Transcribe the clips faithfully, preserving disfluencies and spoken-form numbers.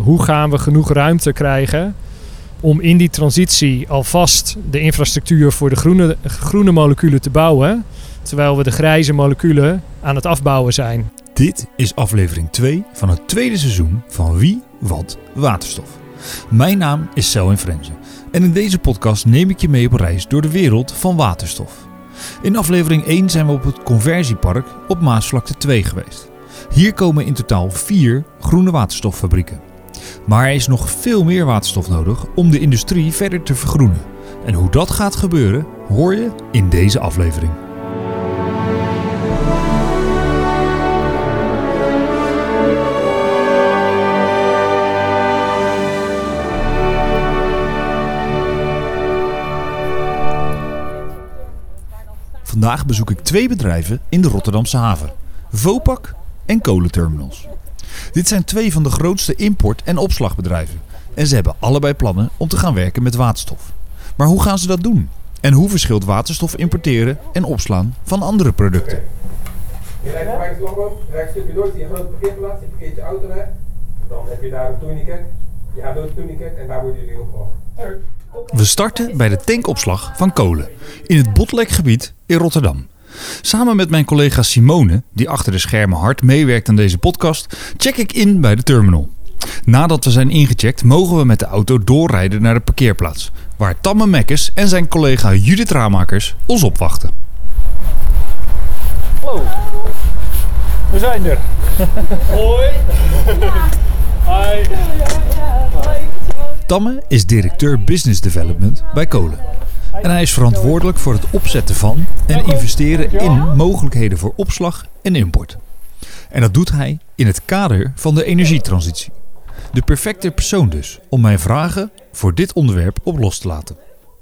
hoe gaan we genoeg ruimte krijgen om in die transitie alvast de infrastructuur voor de groene, groene moleculen te bouwen, terwijl we de grijze moleculen aan het afbouwen zijn. Dit is aflevering twee van het tweede seizoen van Wie, Wat, Waterstof. Mijn naam is Selwyn Frenzen en in deze podcast neem ik je mee op reis door de wereld van waterstof. In aflevering één zijn we op het conversiepark op Maasvlakte twee geweest. Hier komen in totaal vier groene waterstoffabrieken. Maar er is nog veel meer waterstof nodig om de industrie verder te vergroenen. En hoe dat gaat gebeuren, hoor je in deze aflevering. Vandaag bezoek ik twee bedrijven in de Rotterdamse haven. Vopak en Kolenterminals. Dit zijn twee van de grootste import- en opslagbedrijven. En ze hebben allebei plannen om te gaan werken met waterstof. Maar hoe gaan ze dat doen? En hoe verschilt waterstof importeren en opslaan van andere producten? Je rijdt voorbij het langboom, je rijdt een stukje door, zie je een grote parkeerplaats, je parkeert je auto daar. Dan heb je daar een tourniquet. Je gaat door het tourniquet en daar worden jullie opgewacht. We starten bij de tankopslag van kolen in het Botlekgebied in Rotterdam. Samen met mijn collega Simone, die achter de schermen hard meewerkt aan deze podcast, check ik in bij de terminal. Nadat we zijn ingecheckt, mogen we met de auto doorrijden naar de parkeerplaats, waar Tamme Mekkes en zijn collega Judith Raamakers ons opwachten. Hallo, we zijn er. Hoi. Hoi. Tamme is directeur Business Development bij Kolen. En hij is verantwoordelijk voor het opzetten van en investeren in mogelijkheden voor opslag en import. En dat doet hij in het kader van de energietransitie. De perfecte persoon dus om mijn vragen voor dit onderwerp op los te laten.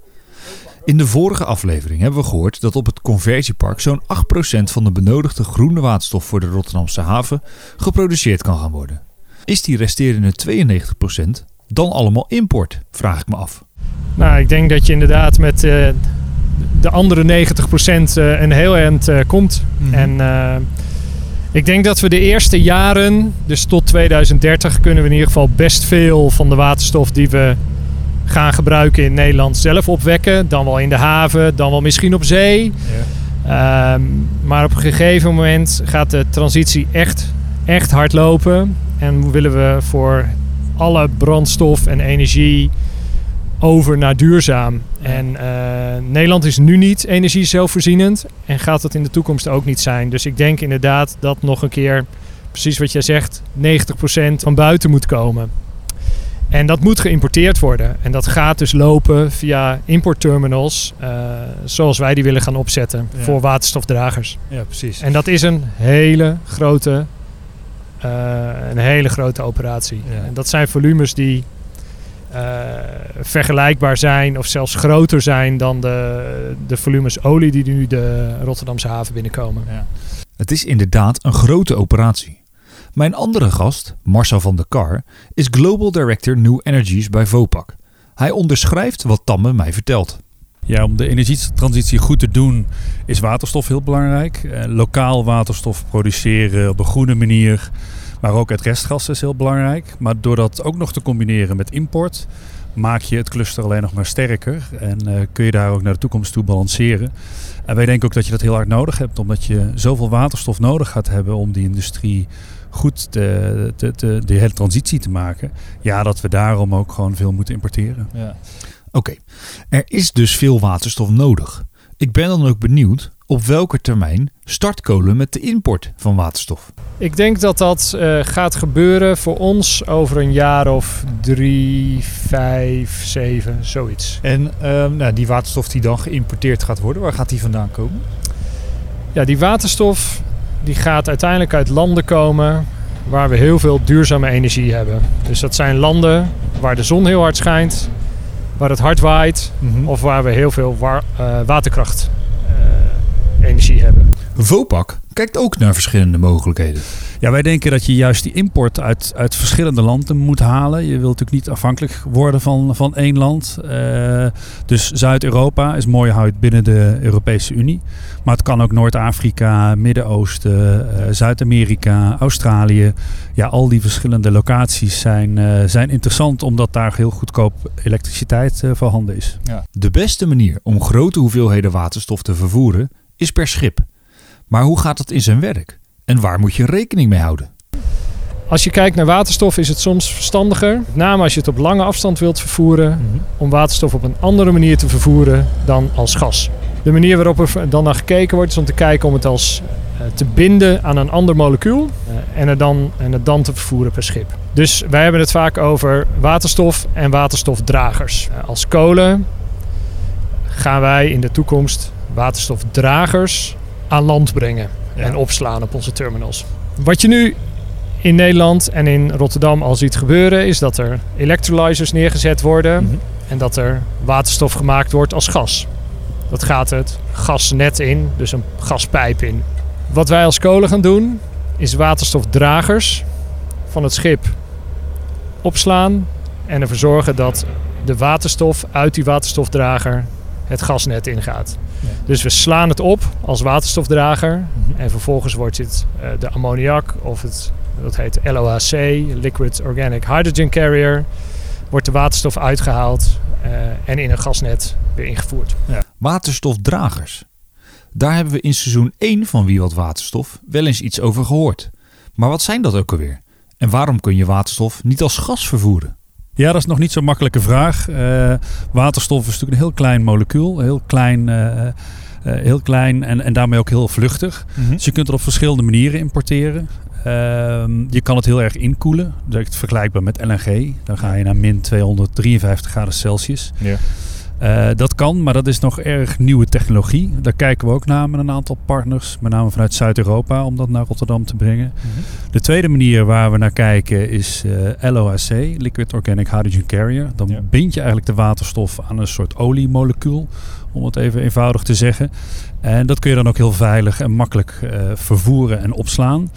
In de vorige aflevering hebben we gehoord dat op het conversiepark zo'n acht procent van de benodigde groene waterstof voor de Rotterdamse haven geproduceerd kan gaan worden. Is die resterende tweeënnegentig procent dan allemaal import, vraag ik me af. Nou, ik denk dat je inderdaad met uh, de andere negentig procent uh, een heel eind uh, komt. Mm-hmm. En uh, ik denk dat we de eerste jaren, dus tot tweeduizend dertig, kunnen we in ieder geval best veel van de waterstof die we gaan gebruiken in Nederland zelf opwekken. Dan wel in de haven, dan wel misschien op zee. Ja. Uh, maar op een gegeven moment gaat de transitie echt, echt hard lopen. En willen we voor alle brandstof en energie over naar duurzaam. En uh, Nederland is nu niet energie zelfvoorzienend en gaat dat in de toekomst ook niet zijn. Dus ik denk inderdaad dat nog een keer, precies wat jij zegt, negentig procent van buiten moet komen. En dat moet geïmporteerd worden. En dat gaat dus lopen via importterminals, uh, zoals wij die willen gaan opzetten, ja, voor waterstofdragers. Ja, precies. En dat is een hele grote, uh, een hele grote operatie. Ja. En dat zijn volumes die Uh, vergelijkbaar zijn of zelfs groter zijn dan de, de volumes olie die nu de Rotterdamse haven binnenkomen. Ja. Het is inderdaad een grote operatie. Mijn andere gast, Marcel van der Kar, is Global Director New Energies bij Vopak. Hij onderschrijft wat Tamme mij vertelt. Ja, om de energietransitie goed te doen is waterstof heel belangrijk. Uh, lokaal waterstof produceren op een groene manier. Maar ook het restgas is heel belangrijk. Maar door dat ook nog te combineren met import, maak je het cluster alleen nog maar sterker. En uh, kun je daar ook naar de toekomst toe balanceren. En wij denken ook dat je dat heel hard nodig hebt. Omdat je zoveel waterstof nodig gaat hebben om die industrie goed te, te, te, de hele transitie te maken. Ja, dat we daarom ook gewoon veel moeten importeren. Ja. Oké, okay. Er is dus veel waterstof nodig. Ik ben dan ook benieuwd op welke termijn start Kolen met de import van waterstof. Ik denk dat dat uh, gaat gebeuren voor ons over een jaar of drie, vijf, zeven, zoiets. En uh, nou, die waterstof die dan geïmporteerd gaat worden, waar gaat die vandaan komen? Ja, die waterstof die gaat uiteindelijk uit landen komen waar we heel veel duurzame energie hebben. Dus dat zijn landen waar de zon heel hard schijnt, waar het hard waait, mm-hmm, of waar we heel veel wa- uh, waterkracht uh, energie hebben. Vopak kijkt ook naar verschillende mogelijkheden. Ja, wij denken dat je juist die import uit, uit verschillende landen moet halen. Je wilt natuurlijk niet afhankelijk worden van, van één land. Uh, dus Zuid-Europa is mooi hout binnen de Europese Unie. Maar het kan ook Noord-Afrika, Midden-Oosten, uh, Zuid-Amerika, Australië. Ja, al die verschillende locaties zijn, uh, zijn interessant omdat daar heel goedkoop elektriciteit uh, voorhanden is. Ja. De beste manier om grote hoeveelheden waterstof te vervoeren is per schip. Maar hoe gaat het in zijn werk? En waar moet je rekening mee houden? Als je kijkt naar waterstof is het soms verstandiger, met name als je het op lange afstand wilt vervoeren, mm-hmm. om waterstof op een andere manier te vervoeren dan als gas. De manier waarop er dan naar gekeken wordt is om te kijken om het als uh, te binden aan een ander molecuul uh, en, er dan, en het dan te vervoeren per schip. Dus wij hebben het vaak over waterstof en waterstofdragers. Uh, als kolen gaan wij in de toekomst waterstofdragers aan land brengen. Ja. En opslaan op onze terminals. Wat je nu in Nederland en in Rotterdam al ziet gebeuren is dat er electrolyzers neergezet worden mm-hmm. en dat er waterstof gemaakt wordt als gas. Dat gaat het gasnet in, dus een gaspijp in. Wat wij als kolen gaan doen is waterstofdragers van het schip opslaan en ervoor zorgen dat de waterstof uit die waterstofdrager het gasnet ingaat. Ja. Dus we slaan het op als waterstofdrager mm-hmm. en vervolgens wordt het uh, de ammoniak of het, dat heet L O H C, Liquid Organic Hydrogen Carrier, wordt de waterstof uitgehaald uh, en in een gasnet weer ingevoerd. Ja. Waterstofdragers. Daar hebben we in seizoen één van Wie Wat Waterstof wel eens iets over gehoord. Maar wat zijn dat ook alweer? En waarom kun je waterstof niet als gas vervoeren? Ja, dat is nog niet zo'n makkelijke vraag. Uh, waterstof is natuurlijk een heel klein molecuul. Heel klein, uh, uh, heel klein en, en daarmee ook heel vluchtig. Mm-hmm. Dus je kunt het op verschillende manieren importeren. Uh, je kan het heel erg inkoelen. Dat is vergelijkbaar met L N G. Dan ga je naar min tweehonderddrieënvijftig graden Celsius. Ja. Uh, dat kan, maar dat is nog erg nieuwe technologie. Daar kijken we ook naar met een aantal partners. Met name vanuit Zuid-Europa om dat naar Rotterdam te brengen. Mm-hmm. De tweede manier waar we naar kijken is uh, L O H C, Liquid Organic Hydrogen Carrier. Dan ja. bind je eigenlijk de waterstof aan een soort oliemolecuul. Om het even eenvoudig te zeggen. En dat kun je dan ook heel veilig en makkelijk uh, vervoeren en opslaan.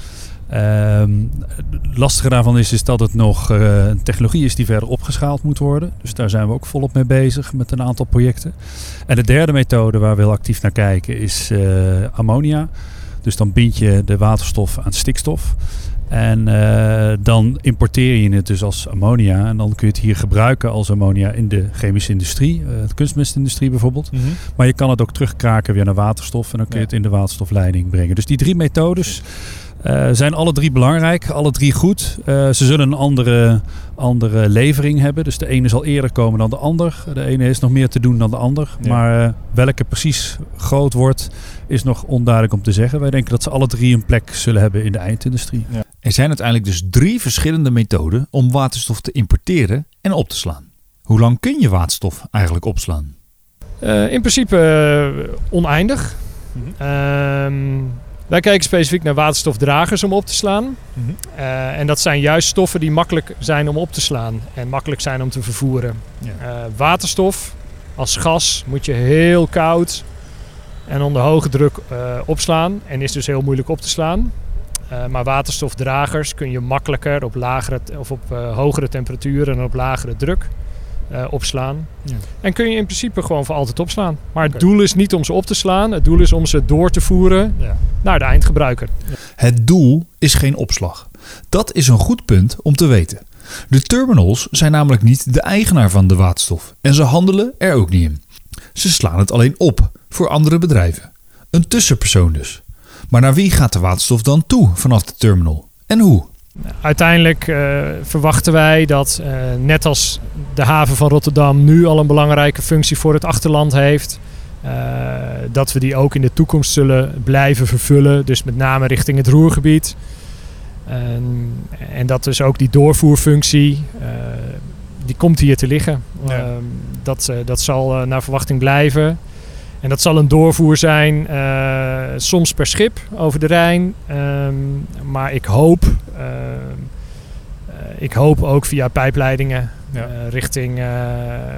Um, het lastige daarvan is, is dat het nog uh, een technologie is die verder opgeschaald moet worden. Dus daar zijn we ook volop mee bezig met een aantal projecten. En de derde methode waar we heel actief naar kijken is uh, ammonia. Dus dan bind je de waterstof aan stikstof. En uh, dan importeer je het dus als ammonia. En dan kun je het hier gebruiken als ammonia in de chemische industrie. Uh, de kunstmestindustrie bijvoorbeeld. Mm-hmm. Maar je kan het ook terugkraken weer naar waterstof. En dan kun je ja. het in de waterstofleiding brengen. Dus die drie methodes Uh, zijn alle drie belangrijk, alle drie goed. Uh, ze zullen een andere, andere levering hebben. Dus de ene zal eerder komen dan de ander. De ene heeft nog meer te doen dan de ander. Ja. Maar uh, welke precies groot wordt, is nog onduidelijk om te zeggen. Wij denken dat ze alle drie een plek zullen hebben in de eindindustrie. Ja. Er zijn uiteindelijk dus drie verschillende methoden om waterstof te importeren en op te slaan. Hoe lang kun je waterstof eigenlijk opslaan? Uh, in principe uh, oneindig. Mm-hmm. Um, Wij kijken specifiek naar waterstofdragers om op te slaan. Mm-hmm. Uh, en dat zijn juist stoffen die makkelijk zijn om op te slaan en makkelijk zijn om te vervoeren. Ja. Uh, waterstof als gas moet je heel koud en onder hoge druk uh, opslaan en is dus heel moeilijk op te slaan. Uh, maar waterstofdragers kun je makkelijker op lagere of op uh, hogere temperaturen en op lagere druk Uh, opslaan. Ja. En kun je in principe gewoon voor altijd opslaan. Maar het okay. doel is niet om ze op te slaan. Het doel is om ze door te voeren ja. naar de eindgebruiker. Ja. Het doel is geen opslag. Dat is een goed punt om te weten. De terminals zijn namelijk niet de eigenaar van de waterstof. En ze handelen er ook niet in. Ze slaan het alleen op voor andere bedrijven. Een tussenpersoon dus. Maar naar wie gaat de waterstof dan toe vanaf de terminal? En hoe? Uiteindelijk uh, verwachten wij dat, uh, net als de haven van Rotterdam nu al een belangrijke functie voor het achterland heeft, uh, dat we die ook in de toekomst zullen blijven vervullen. Dus met name richting het Ruhrgebied. En, en dat dus ook die doorvoerfunctie, uh, die komt hier te liggen. Ja. Uh, dat, uh, dat zal uh, naar verwachting blijven. En dat zal een doorvoer zijn, uh, soms per schip over de Rijn. Um, maar ik hoop, uh, uh, ik hoop ook via pijpleidingen ja. uh, richting, uh,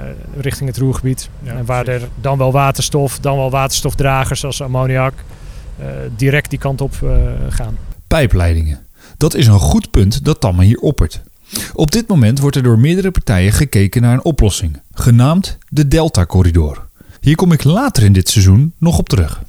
richting het Ruhrgebied. Ja, en waar precies. er dan wel waterstof, dan wel waterstofdragers zoals ammoniak. uh, direct die kant op uh, gaan. Pijpleidingen. Dat is een goed punt dat Tamme hier oppert. Op dit moment wordt er door meerdere partijen gekeken naar een oplossing, genaamd de Delta-corridor. Hier kom ik later in dit seizoen nog op terug.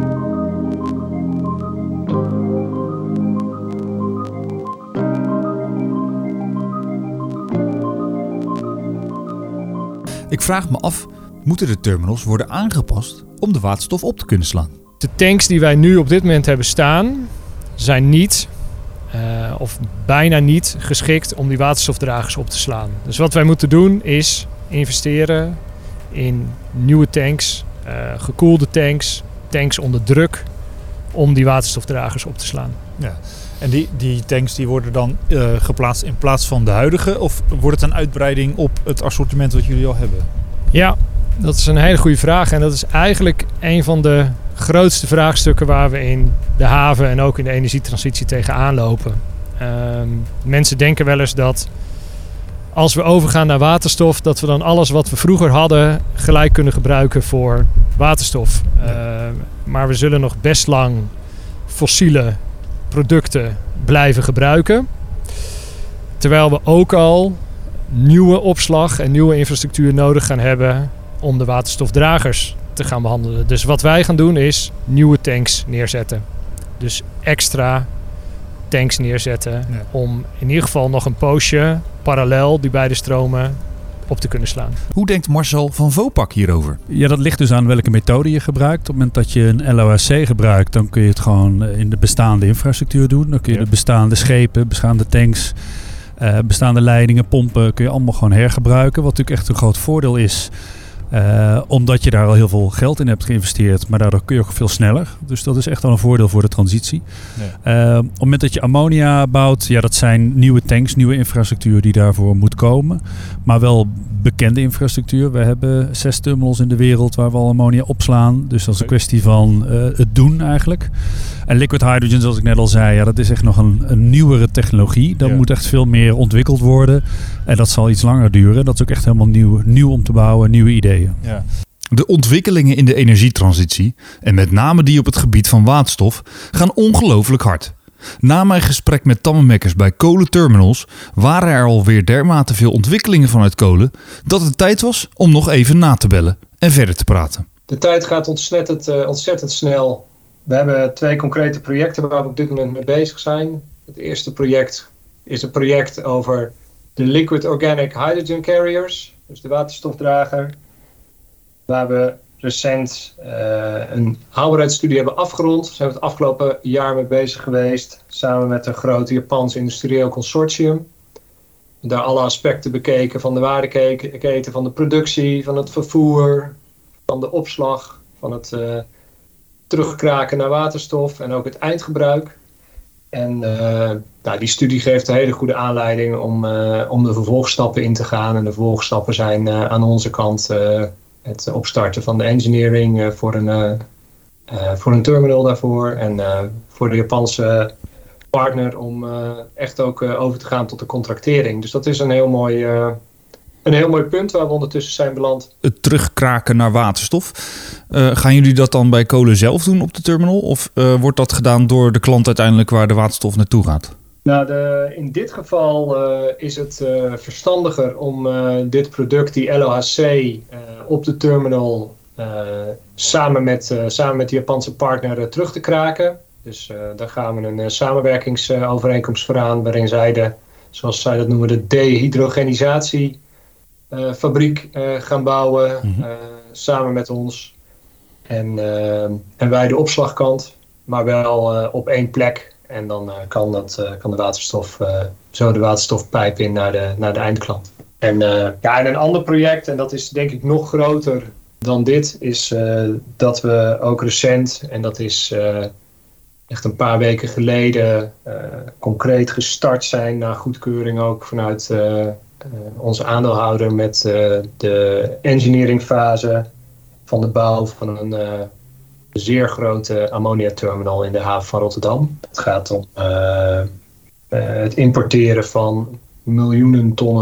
Ik vraag me af, moeten de terminals worden aangepast om de waterstof op te kunnen slaan? De tanks die wij nu op dit moment hebben staan, zijn niet, uh, of bijna niet, geschikt om die waterstofdragers op te slaan. Dus wat wij moeten doen is investeren in nieuwe tanks, uh, gekoelde tanks, tanks onder druk, om die waterstofdragers op te slaan. Ja. En die, die tanks die worden dan uh, geplaatst in plaats van de huidige? Of wordt het een uitbreiding op het assortiment wat jullie al hebben? Ja, dat is een hele goede vraag. En dat is eigenlijk een van de grootste vraagstukken waar we in de haven en ook in de energietransitie tegenaan lopen. Uh, mensen denken wel eens dat als we overgaan naar waterstof, dat we dan alles wat we vroeger hadden gelijk kunnen gebruiken voor waterstof. Uh, maar we zullen nog best lang fossiele producten blijven gebruiken. Terwijl we ook al nieuwe opslag en nieuwe infrastructuur nodig gaan hebben om de waterstofdragers te gaan behandelen. Dus wat wij gaan doen is nieuwe tanks neerzetten. Dus extra tanks neerzetten ja. om in ieder geval nog een poosje parallel die beide stromen op te kunnen slaan. Hoe denkt Marcel van Vopak hierover? Ja, dat ligt dus aan welke methode je gebruikt. Op het moment dat je een L O H C gebruikt, dan kun je het gewoon in de bestaande infrastructuur doen. Dan kun je ja. de bestaande schepen, bestaande tanks, uh, bestaande leidingen, pompen, kun je allemaal gewoon hergebruiken. Wat natuurlijk echt een groot voordeel is. Uh, omdat je daar al heel veel geld in hebt geïnvesteerd, maar daardoor kun je ook veel sneller. Dus dat is echt wel een voordeel voor de transitie. Ja. Uh, op het moment dat je ammonia bouwt, ja, dat zijn nieuwe tanks, nieuwe infrastructuur die daarvoor moet komen. Maar wel bekende infrastructuur. We hebben zes terminals in de wereld waar we al ammonia opslaan. Dus dat is een kwestie van uh, het doen eigenlijk. En liquid hydrogen, zoals ik net al zei, ja, dat is echt nog een, een nieuwere technologie. Dat ja. moet echt veel meer ontwikkeld worden. En dat zal iets langer duren. Dat is ook echt helemaal nieuw, nieuw om te bouwen, nieuwe ideeën. Ja. De ontwikkelingen in de energietransitie, en met name die op het gebied van waterstof, gaan ongelooflijk hard. Na mijn gesprek met Tamme Mekkers bij Kolenterminals waren er alweer dermate veel ontwikkelingen vanuit kolen dat het tijd was om nog even na te bellen en verder te praten. De tijd gaat ontzettend, uh, ontzettend snel. We hebben twee concrete projecten waar we op dit moment mee bezig zijn. Het eerste project is een project over de Liquid Organic Hydrogen Carriers, dus de waterstofdrager, waar we recent uh, een haalbaarheidsstudie hebben afgerond. Daar zijn we het afgelopen jaar mee bezig geweest, samen met een groot Japans industrieel consortium. Daar alle aspecten bekeken van de waardeketen, van de productie, van het vervoer, van de opslag, van het uh, terugkraken naar waterstof en ook het eindgebruik. En uh, nou, die studie geeft een hele goede aanleiding om, uh, om de vervolgstappen in te gaan. En de vervolgstappen zijn uh, aan onze kant uh, het opstarten van de engineering uh, voor, een, uh, uh, voor een terminal daarvoor. En uh, voor de Japanse partner om uh, echt ook uh, over te gaan tot de contractering. Dus dat is een heel mooi, uh, een heel mooi punt waar we ondertussen zijn beland. Het terugkraken naar waterstof. Uh, gaan jullie dat dan bij kolen zelf doen op de terminal? Of uh, wordt dat gedaan door de klant uiteindelijk waar de waterstof naartoe gaat? Nou, de, in dit geval uh, is het uh, verstandiger om uh, dit product, die L O H C, uh, op de terminal uh, samen, met, uh, samen met de Japanse partner uh, terug te kraken. Dus uh, daar gaan we een uh, samenwerkingsovereenkomst voor aan, waarin zij de, zoals zij dat noemen, de dehydrogenisatie uh, fabriek uh, gaan bouwen, mm-hmm. uh, samen met ons. En, uh, en wij de opslagkant, maar wel uh, op één plek. En dan uh, kan, dat, uh, kan de waterstof, uh, zo de waterstofpijp in naar de, naar de eindklant. En, uh, ja, en een ander project, en dat is denk ik nog groter dan dit, is uh, dat we ook recent, en dat is uh, echt een paar weken geleden, uh, concreet gestart zijn na goedkeuring ook vanuit uh, uh, onze aandeelhouder met uh, de engineeringfase van de bouw van een uh, zeer grote ammoniaterminal in de haven van Rotterdam. Het gaat om uh, uh, het importeren van miljoenen tonnen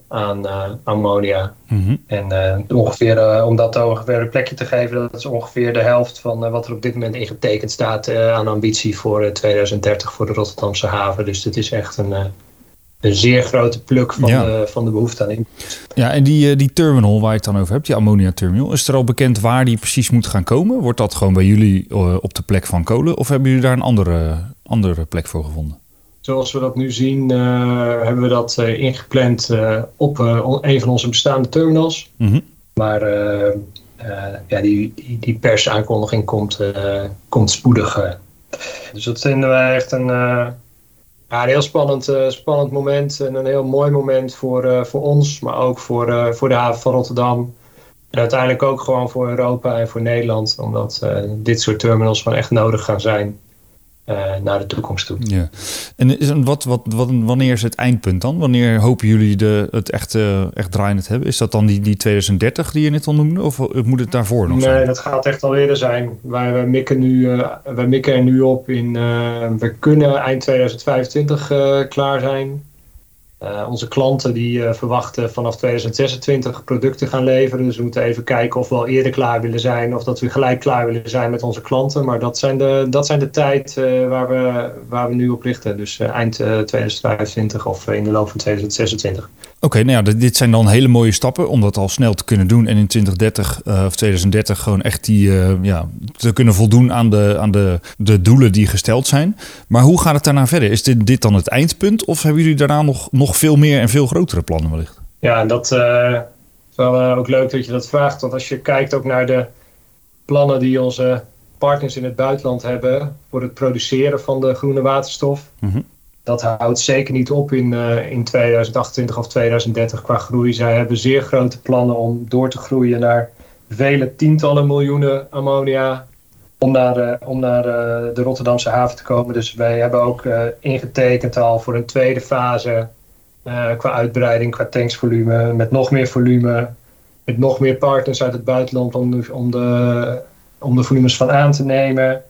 aan uh, ammonia. Mm-hmm. En uh, ongeveer, uh, om dat ongeveer een plekje te geven, dat is ongeveer de helft van uh, wat er op dit moment ingetekend staat uh, aan ambitie voor uh, tweeduizend dertig voor de Rotterdamse haven. Dus dit is echt een, uh, een zeer grote pluk van, Ja. de, van de behoefte aan import. Ja, en die, die terminal waar je het dan over hebt, die ammonia terminal, is er al bekend waar die precies moet gaan komen? Wordt dat gewoon bij jullie uh, op de plek van kolen of hebben jullie daar een andere, andere plek voor gevonden? Zoals we dat nu zien, uh, hebben we dat uh, ingepland uh, op uh, een van onze bestaande terminals. Mm-hmm. Maar uh, uh, ja, die, die, die persaankondiging komt, uh, komt spoedig. Uh. Dus dat vinden wij echt een, uh, ja, een heel spannend, uh, spannend moment. En een heel mooi moment voor, uh, voor ons, maar ook voor, uh, voor de haven van Rotterdam. En uiteindelijk ook gewoon voor Europa en voor Nederland. Omdat uh, dit soort terminals gewoon echt nodig gaan zijn. Uh, naar de toekomst toe. Ja. En is, wat, wat, wat, wanneer is het eindpunt dan? Wanneer hopen jullie de, het echt, uh, echt draaiend te hebben? Is dat dan die, die tweeduizend dertig die je net al noemde? Of moet het daarvoor nog nee, zijn? Nee, dat gaat echt al eerder zijn. Wij, wij, mikken, nu, uh, wij mikken er nu op in... Uh, we kunnen eind tweeduizend vijfentwintig uh, klaar zijn. Uh, onze klanten die uh, verwachten vanaf tweeduizend zesentwintig producten gaan leveren. Dus we moeten even kijken of we al eerder klaar willen zijn. Of dat we gelijk klaar willen zijn met onze klanten. Maar dat zijn de, dat zijn de tijd uh, waar, we, waar we nu op richten. Dus uh, eind uh, tweeduizend vijfentwintig of in de loop van tweeduizend zesentwintig. Oké, okay, nou ja, dit zijn dan hele mooie stappen om dat al snel te kunnen doen. En in twintig dertig uh, of tweeduizend dertig gewoon echt die, uh, ja, te kunnen voldoen aan, de, aan de, de doelen die gesteld zijn. Maar hoe gaat het daarna verder? Is dit, dit dan het eindpunt? Of hebben jullie daarna nog, nog veel meer en veel grotere plannen wellicht? Ja, en dat uh, is wel uh, ook leuk dat je dat vraagt. Want als je kijkt ook naar de plannen die onze partners in het buitenland hebben voor het produceren van de groene waterstof. Mm-hmm. Dat houdt zeker niet op in, uh, in tweeduizend achtentwintig of tweeduizend dertig qua groei. Zij hebben zeer grote plannen om door te groeien naar vele tientallen miljoenen ammonia. Om naar, uh, om naar uh, de Rotterdamse haven te komen. Dus wij hebben ook uh, ingetekend al voor een tweede fase. Uh, qua uitbreiding, qua tanksvolume. Met nog meer volume. Met nog meer partners uit het buitenland om de, om de, om de volumes van aan te nemen.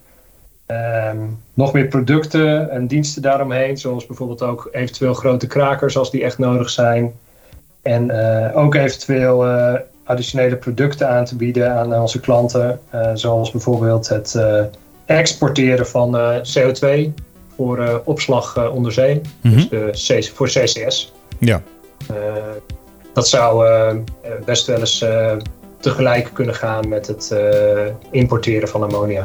Um, nog meer producten en diensten daaromheen. Zoals bijvoorbeeld ook eventueel grote krakers als die echt nodig zijn. En uh, ook eventueel uh, additionele producten aan te bieden aan onze klanten. Uh, zoals bijvoorbeeld het uh, exporteren van uh, C O twee voor uh, opslag uh, onder zee. Mm-hmm. Dus de C- voor C C S. Ja. Uh, dat zou uh, best wel eens uh, tegelijk kunnen gaan met het uh, importeren van ammonia.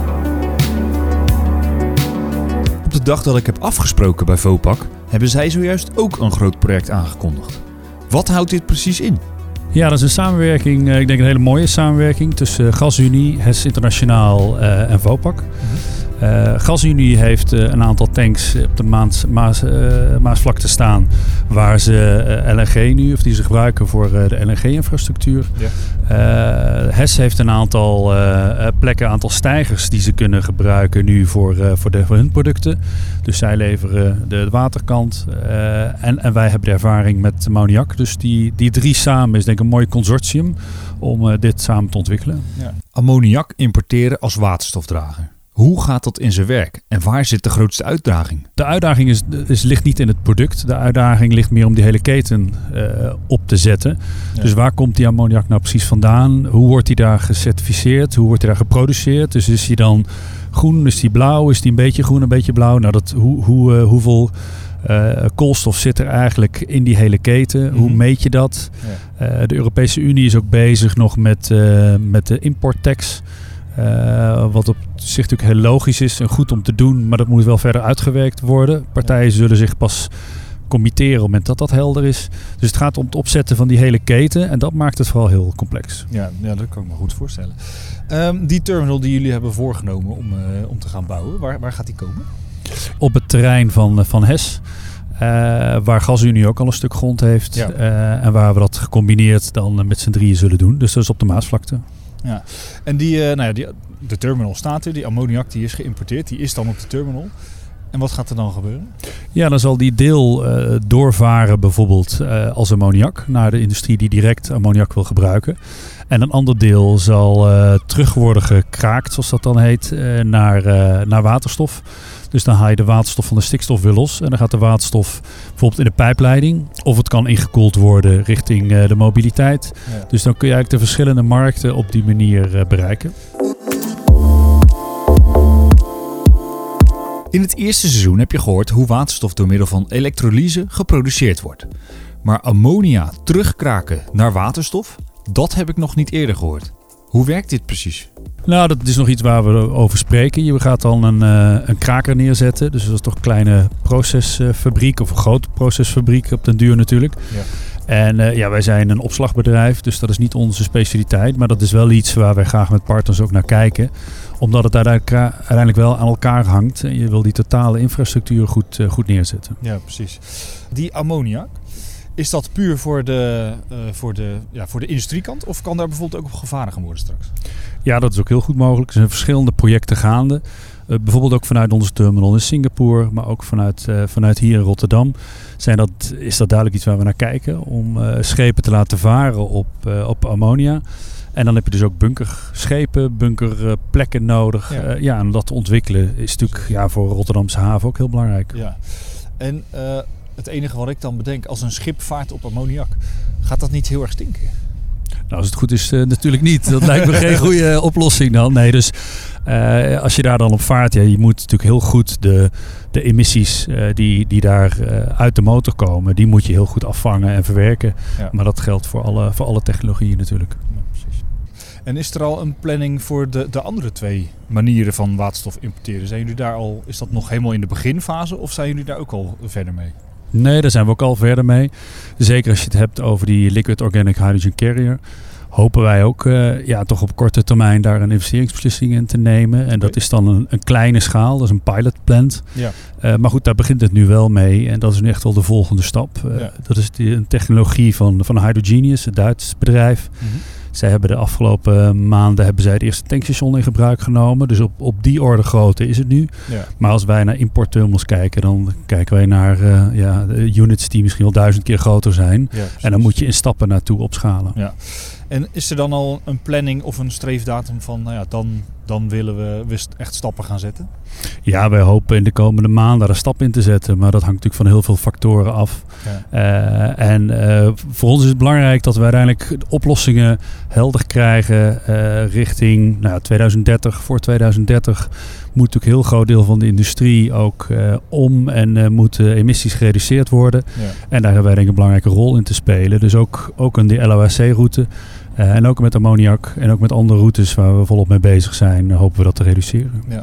Op de dag dat ik heb afgesproken bij Vopak, hebben zij zojuist ook een groot project aangekondigd. Wat houdt dit precies in? Ja, dat is een samenwerking, ik denk een hele mooie samenwerking tussen GasUnie, H E S Internationaal uh, en Vopak. Mm-hmm. Uh, GasUnie heeft uh, een aantal tanks op de Maas, Maas, uh, Maasvlakte staan waar ze uh, L N G nu, of die ze gebruiken voor uh, de L N G-infrastructuur. Ja. Uh, H E S heeft een aantal uh, plekken, een aantal stijgers die ze kunnen gebruiken nu voor, uh, voor, de, voor hun producten. Dus zij leveren de, de waterkant uh, en, en wij hebben de ervaring met ammoniak. Dus die, die drie samen is denk ik een mooi consortium om uh, dit samen te ontwikkelen. Ja. Ammoniak importeren als waterstofdrager. Hoe gaat dat in zijn werk en waar zit de grootste uitdaging? De uitdaging is, is, ligt niet in het product. De uitdaging ligt meer om die hele keten uh, op te zetten. Ja. Dus waar komt die ammoniak nou precies vandaan? Hoe wordt die daar gecertificeerd? Hoe wordt die daar geproduceerd? Dus is die dan groen? Is die blauw? Is die een beetje groen, een beetje blauw? Nou, dat, hoe, hoe, uh, hoeveel uh, koolstof zit er eigenlijk in die hele keten? Mm-hmm. Hoe meet je dat? Ja. Uh, de Europese Unie is ook bezig nog met, uh, met de importtax. Uh, wat op zich natuurlijk heel logisch is en goed om te doen, maar dat moet wel verder uitgewerkt worden. Partijen ja. zullen zich pas committeren op het moment dat dat helder is. Dus het gaat om het opzetten van die hele keten en dat maakt het vooral heel complex. Ja, ja dat kan ik me goed voorstellen. Um, die terminal die jullie hebben voorgenomen om, uh, om te gaan bouwen, waar, waar gaat die komen? Op het terrein van, van H E S. Uh, waar GasUnie ook al een stuk grond heeft. Ja. Uh, en waar we dat gecombineerd dan met z'n drieën zullen doen. Dus dat is op de Maasvlakte. Ja, en die, uh, nou ja, die, de terminal staat er, die ammoniak die is geïmporteerd, die is dan op de terminal. En wat gaat er dan gebeuren? Ja, dan zal die deel uh, doorvaren bijvoorbeeld uh, als ammoniak naar de industrie die direct ammoniak wil gebruiken. En een ander deel zal uh, terug worden gekraakt, zoals dat dan heet, uh, naar, uh, naar waterstof. Dus dan haal je de waterstof van de stikstof weer los. En dan gaat de waterstof bijvoorbeeld in de pijpleiding. Of het kan ingekoeld worden richting uh, de mobiliteit. Ja. Dus dan kun je eigenlijk de verschillende markten op die manier uh, bereiken. In het eerste seizoen heb je gehoord hoe waterstof door middel van elektrolyse geproduceerd wordt. Maar ammonia terugkraken naar waterstof, dat heb ik nog niet eerder gehoord. Hoe werkt dit precies? Nou, dat is nog iets waar we over spreken. Je gaat dan een, uh, een kraker neerzetten. Dus dat is toch een kleine procesfabriek of een grote procesfabriek op den duur natuurlijk. Ja. En uh, ja, wij zijn een opslagbedrijf, dus dat is niet onze specialiteit. Maar dat is wel iets waar wij graag met partners ook naar kijken. Omdat het uiteindelijk, uiteindelijk wel aan elkaar hangt. En je wil die totale infrastructuur goed, uh, goed neerzetten. Ja, precies. Die ammoniak, is dat puur voor de, uh, voor, de, ja, voor de industriekant? Of kan daar bijvoorbeeld ook op gevaren worden straks? Ja, dat is ook heel goed mogelijk. Er zijn verschillende projecten gaande. Uh, bijvoorbeeld ook vanuit onze terminal in Singapore, maar ook vanuit, uh, vanuit hier in Rotterdam. Zijn dat, is dat duidelijk iets waar we naar kijken. Om uh, schepen te laten varen op, uh, op ammonia. En dan heb je dus ook bunkerschepen, bunkerplekken nodig. Ja. Uh, ja, en dat te ontwikkelen is natuurlijk ja, voor Rotterdamse haven ook heel belangrijk. Ja. En uh, het enige wat ik dan bedenk, als een schip vaart op ammoniak, gaat dat niet heel erg stinken? Nou, als het goed is, uh, natuurlijk niet. Dat lijkt me geen goede uh, oplossing dan. Nee, dus uh, als je daar dan op vaart, ja, je moet natuurlijk heel goed de, de emissies uh, die, die daar uh, uit de motor komen, die moet je heel goed afvangen en verwerken. Ja. Maar dat geldt voor alle, voor alle technologieën natuurlijk. Ja, precies. En is er al een planning voor de, de andere twee manieren van waterstof importeren? Zijn jullie daar al, is dat nog helemaal in de beginfase of zijn jullie daar ook al verder mee? Nee, daar zijn we ook al verder mee. Zeker als je het hebt over die Liquid Organic Hydrogen Carrier. Hopen wij ook uh, ja, toch op korte termijn daar een investeringsbeslissing in te nemen. En okay. Dat is dan een, een kleine schaal, dat is een pilot plant. Ja. Uh, maar goed, daar begint het nu wel mee. En dat is nu echt wel de volgende stap. Uh, ja. Dat is die, een technologie van, van Hydrogenious, het Duits bedrijf. Mm-hmm. Zij hebben de afgelopen maanden hebben zij het eerste tankstation in gebruik genomen. Dus op, op die orde grootte is het nu. Ja. Maar als wij naar importterminals kijken, dan kijken wij naar uh, ja, units die misschien wel duizend keer groter zijn. Ja, en dan moet je in stappen naartoe opschalen. Ja. En is er dan al een planning of een streefdatum van, nou ja, dan, dan willen we echt stappen gaan zetten? Ja, wij hopen in de komende maanden daar een stap in te zetten. Maar dat hangt natuurlijk van heel veel factoren af. Ja. Uh, en uh, voor ons is het belangrijk dat we uiteindelijk oplossingen helder krijgen uh, richting nou, twintig dertig. Voor twintig dertig moet natuurlijk een heel groot deel van de industrie ook uh, om en uh, moeten emissies gereduceerd worden. Ja. En daar hebben wij denk ik een belangrijke rol in te spelen. Dus ook, ook in die L O H C-route. Uh, en ook met ammoniak en ook met andere routes waar we volop mee bezig zijn, uh, hopen we dat te reduceren. Ja.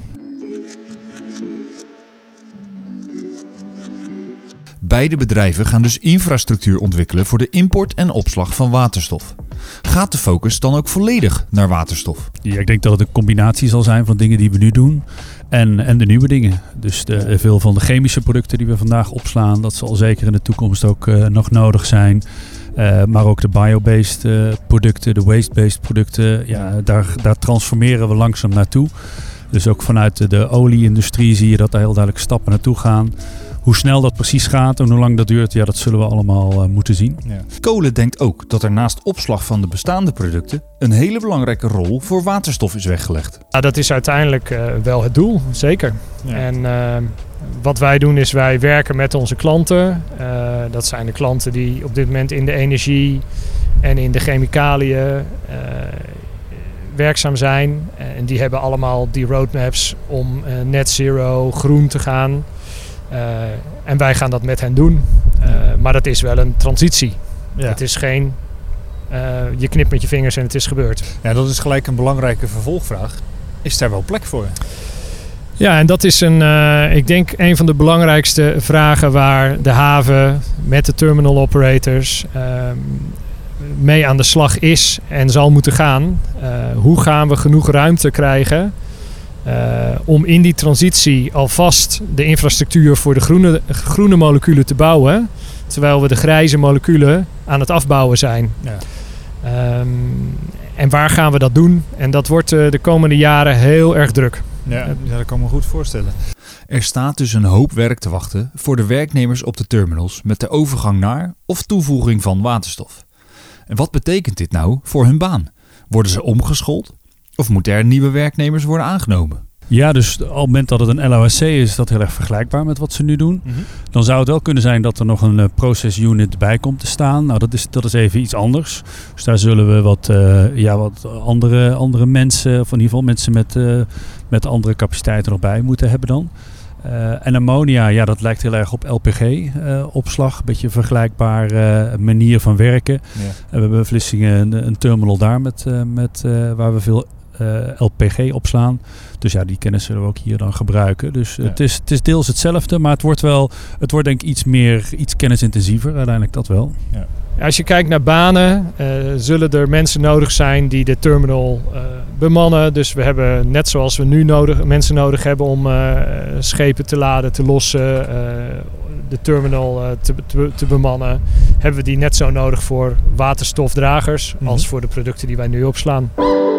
Beide bedrijven gaan dus infrastructuur ontwikkelen voor de import en opslag van waterstof. Gaat de focus dan ook volledig naar waterstof? Ja, ik denk dat het een combinatie zal zijn van dingen die we nu doen en, en de nieuwe dingen. Dus de, veel van de chemische producten die we vandaag opslaan, dat zal zeker in de toekomst ook uh, nog nodig zijn. Uh, maar ook de bio-based uh, producten, de waste-based producten, ja, daar, daar transformeren we langzaam naartoe. Dus ook vanuit de, de olie-industrie zie je dat er heel duidelijk stappen naartoe gaan. Hoe snel dat precies gaat en hoe lang dat duurt, ja, dat zullen we allemaal uh, moeten zien. Ja. Kolen denkt ook dat er naast opslag van de bestaande producten een hele belangrijke rol voor waterstof is weggelegd. Ja, dat is uiteindelijk uh, wel het doel, zeker. Ja. En uh, wat wij doen is wij werken met onze klanten. Uh, dat zijn de klanten die op dit moment in de energie en in de chemicaliën uh, werkzaam zijn. En die hebben allemaal die roadmaps om uh, net zero, groen te gaan. Uh, en wij gaan dat met hen doen. Uh, maar dat is wel een transitie. Ja. Het is geen... Uh, je knipt met je vingers en het is gebeurd. Ja, dat is gelijk een belangrijke vervolgvraag. Is daar wel plek voor? Ja, en dat is een, uh, ik denk een van de belangrijkste vragen waar de haven met de terminal operators uh, mee aan de slag is en zal moeten gaan. Uh, hoe gaan we genoeg ruimte krijgen uh, om in die transitie alvast de infrastructuur voor de groene, groene moleculen te bouwen, terwijl we de grijze moleculen aan het afbouwen zijn. Ja. Um, en waar gaan we dat doen? En dat wordt uh, de komende jaren heel erg druk. Ja, ja, dat kan ik me goed voorstellen. Er staat dus een hoop werk te wachten voor de werknemers op de terminals met de overgang naar of toevoeging van waterstof. En wat betekent dit nou voor hun baan? Worden ze omgeschoold? Of moeten er nieuwe werknemers worden aangenomen? Ja, dus op het moment dat het een L O H C is, is dat heel erg vergelijkbaar met wat ze nu doen. Mm-hmm. Dan zou het wel kunnen zijn dat er nog een uh, process unit bij komt te staan. Nou, dat is, dat is even iets anders. Dus daar zullen we wat, uh, ja, wat andere, andere mensen, of in ieder geval mensen met, uh, met andere capaciteiten nog bij moeten hebben dan. Uh, en ammonia, ja, dat lijkt heel erg op L P G-opslag. Uh, een beetje een vergelijkbare uh, manier van werken. Ja. Uh, we hebben in Vlissingen een, een terminal daar met, uh, met, uh, waar we veel uh, L P G opslaan. Dus ja, die kennis zullen we ook hier dan gebruiken. Dus uh, ja. het, is, het is deels hetzelfde, maar het wordt wel, het wordt denk ik iets meer, iets kennisintensiever. Uiteindelijk dat wel. Ja. Als je kijkt naar banen, uh, zullen er mensen nodig zijn die de terminal uh, bemannen. Dus we hebben, net zoals we nu nodig, mensen nodig hebben om uh, schepen te laden, te lossen, uh, de terminal uh, te, te, te bemannen, hebben we die net zo nodig voor waterstofdragers mm-hmm. als voor de producten die wij nu opslaan.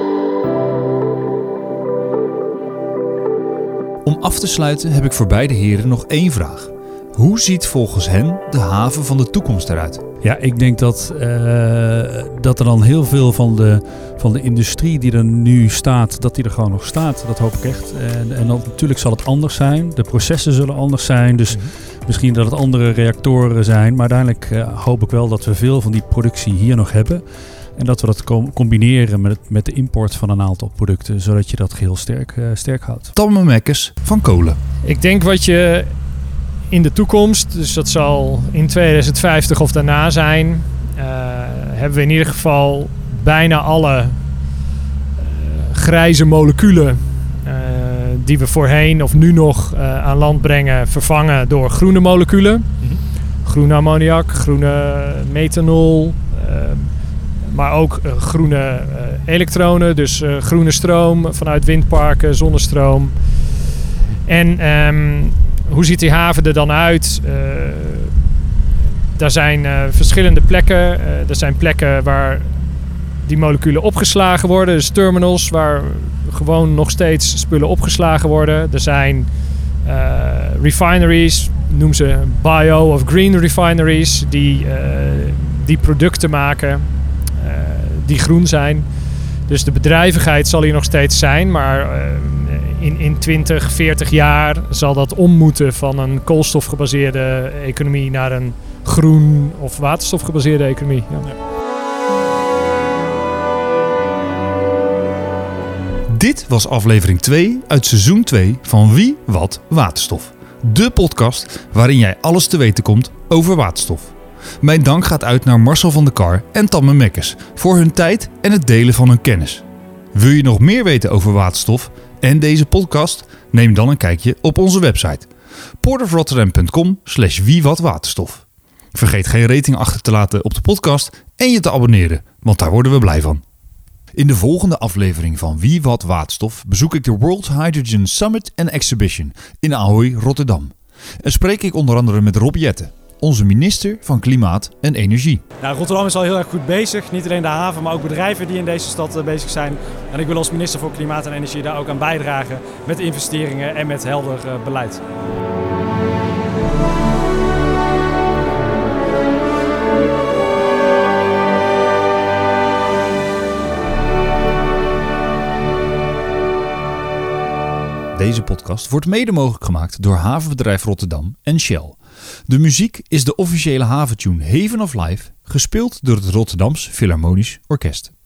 Om af te sluiten heb ik voor beide heren nog één vraag. Hoe ziet volgens hen de haven van de toekomst eruit? Ja, ik denk dat, uh, dat er dan heel veel van de, van de industrie die er nu staat, dat die er gewoon nog staat. Dat hoop ik echt. En, en dan, natuurlijk zal het anders zijn. De processen zullen anders zijn. Dus mm-hmm. misschien dat het andere reactoren zijn. Maar uiteindelijk uh, hoop ik wel dat we veel van die productie hier nog hebben. En dat we dat com- combineren met, met de import van een aantal producten. Zodat je dat geheel sterk, uh, sterk houdt. Tamme Mekkes van Kolen. Ik denk wat je in de toekomst, dus dat zal in tweeduizend vijftig of daarna zijn, uh, hebben we in ieder geval bijna alle uh, grijze moleculen uh, die we voorheen of nu nog uh, aan land brengen vervangen door groene moleculen. Mm-hmm. Groene ammoniak, groene methanol, uh, maar ook uh, groene uh, elektronen, dus uh, groene stroom vanuit windparken, zonnestroom. En um, hoe ziet die haven er dan uit? Uh, daar zijn uh, verschillende plekken. Uh, er zijn plekken waar die moleculen opgeslagen worden. Dus terminals waar gewoon nog steeds spullen opgeslagen worden. Er zijn uh, refineries, noem ze bio- of green refineries, die, uh, die producten maken uh, die groen zijn. Dus de bedrijvigheid zal hier nog steeds zijn, maar uh, in, in twintig, veertig jaar zal dat om moeten van een koolstofgebaseerde economie naar een groen of waterstofgebaseerde economie. Ja. Ja. Dit was aflevering twee uit seizoen twee van Wie Wat Waterstof. De podcast waarin jij alles te weten komt over waterstof. Mijn dank gaat uit naar Marcel van der Kar en Tamme Mekkes voor hun tijd en het delen van hun kennis. Wil je nog meer weten over waterstof en deze podcast? Neem dan een kijkje op onze website portofrotterdam.com slash wiewatwaterstof. Vergeet geen rating achter te laten op de podcast en je te abonneren, want daar worden we blij van. In de volgende aflevering van Wie Wat Waterstof bezoek ik de World Hydrogen Summit and Exhibition in Ahoy, Rotterdam. En spreek ik onder andere met Rob Jetten, onze minister van Klimaat en Energie. Nou, Rotterdam is al heel erg goed bezig. Niet alleen de haven, maar ook bedrijven die in deze stad uh, bezig zijn. En ik wil als minister voor Klimaat en Energie daar ook aan bijdragen met investeringen en met helder uh, beleid. Deze podcast wordt mede mogelijk gemaakt door Havenbedrijf Rotterdam en Shell. De muziek is de officiële haventune Haven of Life, gespeeld door het Rotterdams Philharmonisch Orkest.